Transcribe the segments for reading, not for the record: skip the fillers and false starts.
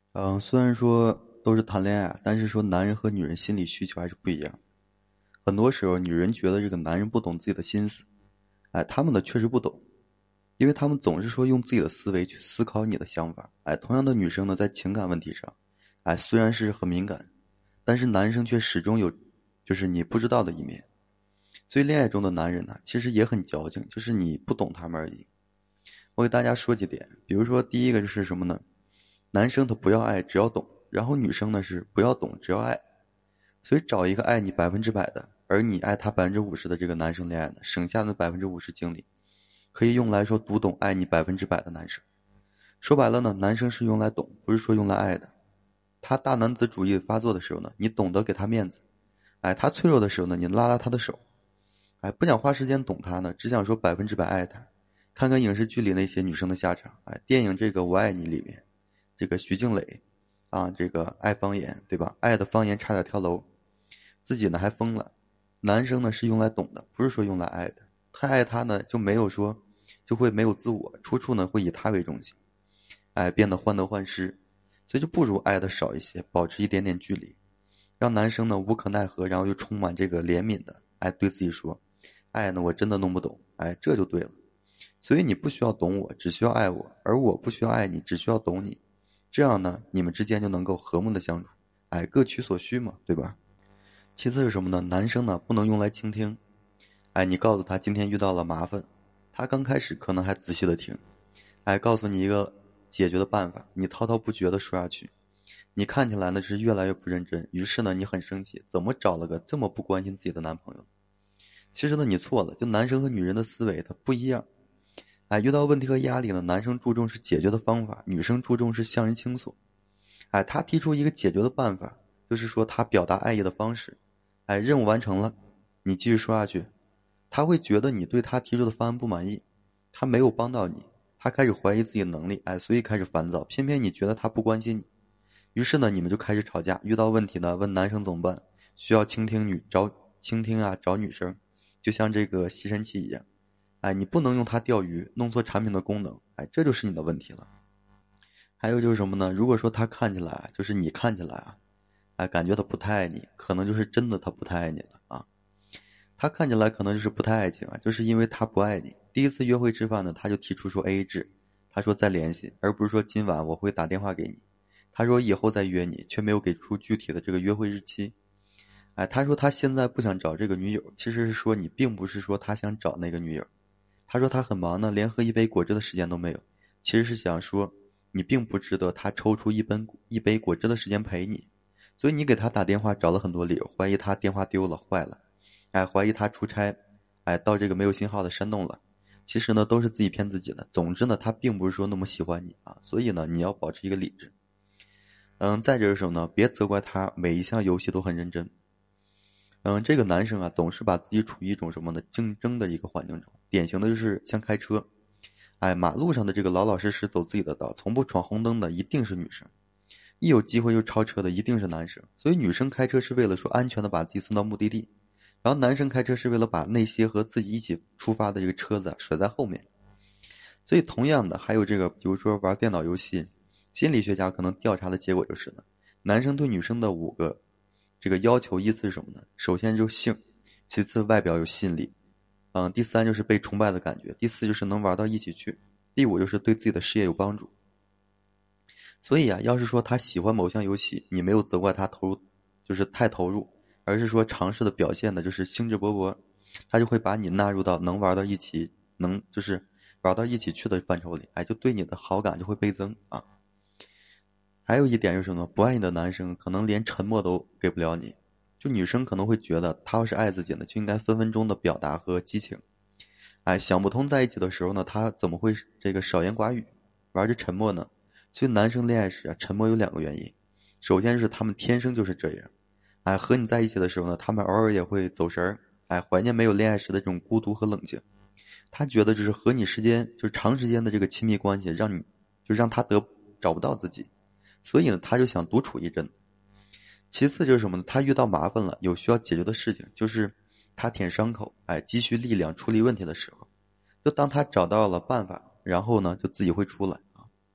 虽然说都是谈恋爱，但是说男人和女人心理需求还是不一样。很多时候，女人觉得这个男人不懂自己的心思，他们呢确实不懂，因为他们总是说用自己的思维去思考你的想法。同样的女生呢，在情感问题上，虽然是很敏感，但是男生却始终有就是你不知道的一面。所以恋爱中的男人呢，其实也很矫情，就是你不懂他们而已。我给大家说几点，比如说第一个就是什么呢？男生他不要爱，只要懂，然后女生呢是不要懂，只要爱。所以找一个爱你100%的，而你爱他50%的这个男生恋爱呢，省下的50%精力，可以用来说读懂爱你100%的男生。说白了呢，男生是用来懂，不是说用来爱的。他大男子主义发作的时候呢，你懂得给他面子。他脆弱的时候呢，你拉拉他的手。不想花时间懂他呢，只想说100%爱他。看看影视剧里那些女生的下场，电影这个《我爱你》里面，这个徐静蕾，这个爱方言，对吧？爱的方言差点跳楼，自己呢还疯了。男生呢是用来懂的，不是说用来爱的。太爱他呢就没有说，就会没有自我，处处呢会以他为中心，变得患得患失，所以就不如爱的少一些，保持一点点距离，让男生呢无可奈何，然后又充满这个怜悯的，对自己说，爱呢我真的弄不懂，这就对了。所以你不需要懂我，只需要爱我，而我不需要爱你，只需要懂你。这样呢，你们之间就能够和睦的相处，各取所需嘛，对吧？其次是什么呢？男生呢不能用来倾听，你告诉他今天遇到了麻烦，他刚开始可能还仔细的听，告诉你一个解决的办法，你滔滔不绝的说下去，你看起来呢是越来越不认真，于是呢你很生气，怎么找了个这么不关心自己的男朋友？其实呢你错了，就男生和女人的思维它不一样。遇到问题和压力呢，男生注重是解决的方法，女生注重是向人倾诉。他提出一个解决的办法，就是说他表达爱意的方式。任务完成了，你继续说下去。他会觉得你对他提出的方案不满意，他没有帮到你，他开始怀疑自己的能力，所以开始烦躁。偏偏你觉得他不关心你，于是呢，你们就开始吵架。遇到问题呢，问男生怎么办？需要倾听找女生，就像这个吸尘器一样。你不能用它钓鱼，弄错产品的功能，这就是你的问题了。还有就是什么呢？如果说他看起来就是你看起来感觉他不太爱你，可能就是真的他不太爱你了啊。他看起来可能就是不太爱情就是因为他不爱你。第一次约会吃饭呢，他就提出说 AA 制，他说再联系，而不是说今晚我会打电话给你。他说以后再约你，却没有给出具体的这个约会日期。他说他现在不想找这个女友，其实是说你并不是说他想找那个女友。他说他很忙呢，连喝一杯果汁的时间都没有。其实是想说，你并不值得他抽出一杯果汁的时间陪你。所以你给他打电话找了很多理由，怀疑他电话丢了坏了，怀疑他出差，到这个没有信号的山洞了。其实呢，都是自己骗自己的。总之呢，他并不是说那么喜欢你所以呢，你要保持一个理智。在这个时候呢，别责怪他每一项游戏都很认真。这个男生总是把自己处于一种什么呢？竞争的一个环境中，典型的就是像开车，马路上的这个老老实实走自己的道，从不闯红灯的一定是女生，一有机会就超车的一定是男生。所以女生开车是为了说安全的把自己送到目的地，然后男生开车是为了把那些和自己一起出发的这个车子甩在后面。所以同样的，还有这个，比如说玩电脑游戏，心理学家可能调查的结果就是呢，男生对女生的5个这个要求依次是什么呢？首先就是性，其次外表有吸引力，第三就是被崇拜的感觉，第四就是能玩到一起去，第五就是对自己的事业有帮助。所以要是说他喜欢某项游戏，你没有责怪他投入，就是太投入，而是说尝试的表现的就是兴致勃勃，他就会把你纳入到能玩到一起，能就是玩到一起去的范畴里，就对你的好感就会倍增还有一点就是什么？不爱你的男生可能连沉默都给不了你。就女生可能会觉得，他要是爱自己呢，就应该分分钟的表达和激情。想不通在一起的时候呢，他怎么会这个少言寡语，玩着沉默呢？所以男生恋爱时沉默有2个原因。首先是他们天生就是这样。和你在一起的时候呢，他们偶尔也会走神儿，怀念没有恋爱时的这种孤独和冷静。他觉得就是和你就是长时间的这个亲密关系，让他找不到自己。所以呢，他就想独处一阵。其次就是什么呢？他遇到麻烦了，有需要解决的事情，就是他舔伤口，积蓄力量处理问题的时候，就当他找到了办法，然后呢，就自己会出来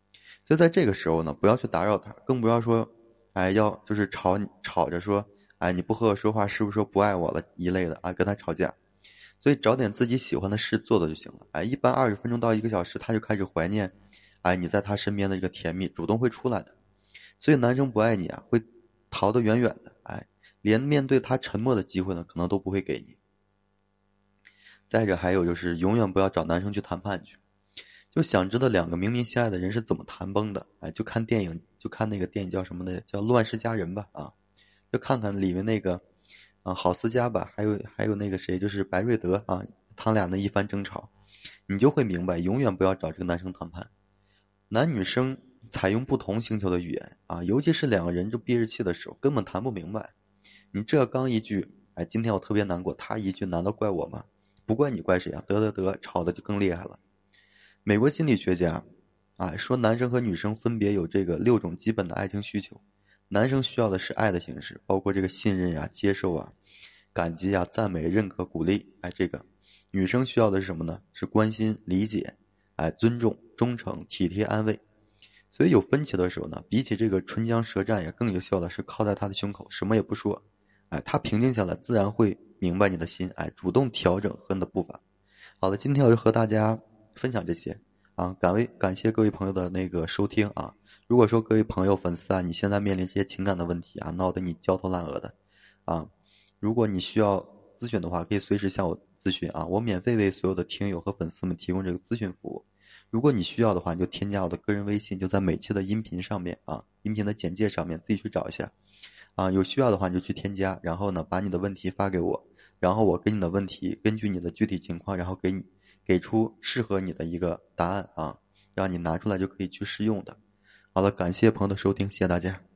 所以在这个时候呢，不要去打扰他，更不要说，要就是吵着说，你不和我说话，是不是说不爱我了一类的啊，跟他吵架。所以找点自己喜欢的事做做就行了。一般20分钟到1个小时，他就开始怀念，你在他身边的这个甜蜜，主动会出来的。所以男生不爱你啊，会逃得远远的，连面对他沉默的机会呢，可能都不会给你。再者还有就是，永远不要找男生去谈判去。就想知道两个明明相爱的人是怎么谈崩的，就看电影，就看那个电影叫什么的，叫《乱世佳人》吧，就看看里面那个，郝思嘉吧，还有那个谁，就是白瑞德啊，他俩的一番争吵，你就会明白，永远不要找这个男生谈判。男女生采用不同星球的语言尤其是两个人就憋着气的时候，根本谈不明白。你这刚一句，今天我特别难过，他一句，难道怪我吗？不怪你，怪谁啊？得，吵的就更厉害了。美国心理学家说，男生和女生分别有这个6种基本的爱情需求。男生需要的是爱的形式，包括这个信任接受感激赞美、认可、鼓励。这个女生需要的是什么呢？是关心、理解、尊重、忠诚、体贴、安慰。所以有分歧的时候呢，比起这个唇枪舌战更有效的是靠在他的胸口，什么也不说。他平静下来，自然会明白你的心，主动调整和你的步伐。好了，今天我就和大家分享这些感谢各位朋友的那个收听如果说各位朋友粉丝你现在面临这些情感的问题闹得你焦头烂额的啊，如果你需要咨询的话，可以随时向我咨询我免费为所有的听友和粉丝们提供这个咨询服务。如果你需要的话，你就添加我的个人微信，就在每期的音频上面音频的简介上面自己去找一下有需要的话你就去添加，然后呢把你的问题发给我，然后我跟你的问题根据你的具体情况，然后给出适合你的一个答案让你拿出来就可以去试用的。好了，感谢朋友的收听，谢谢大家。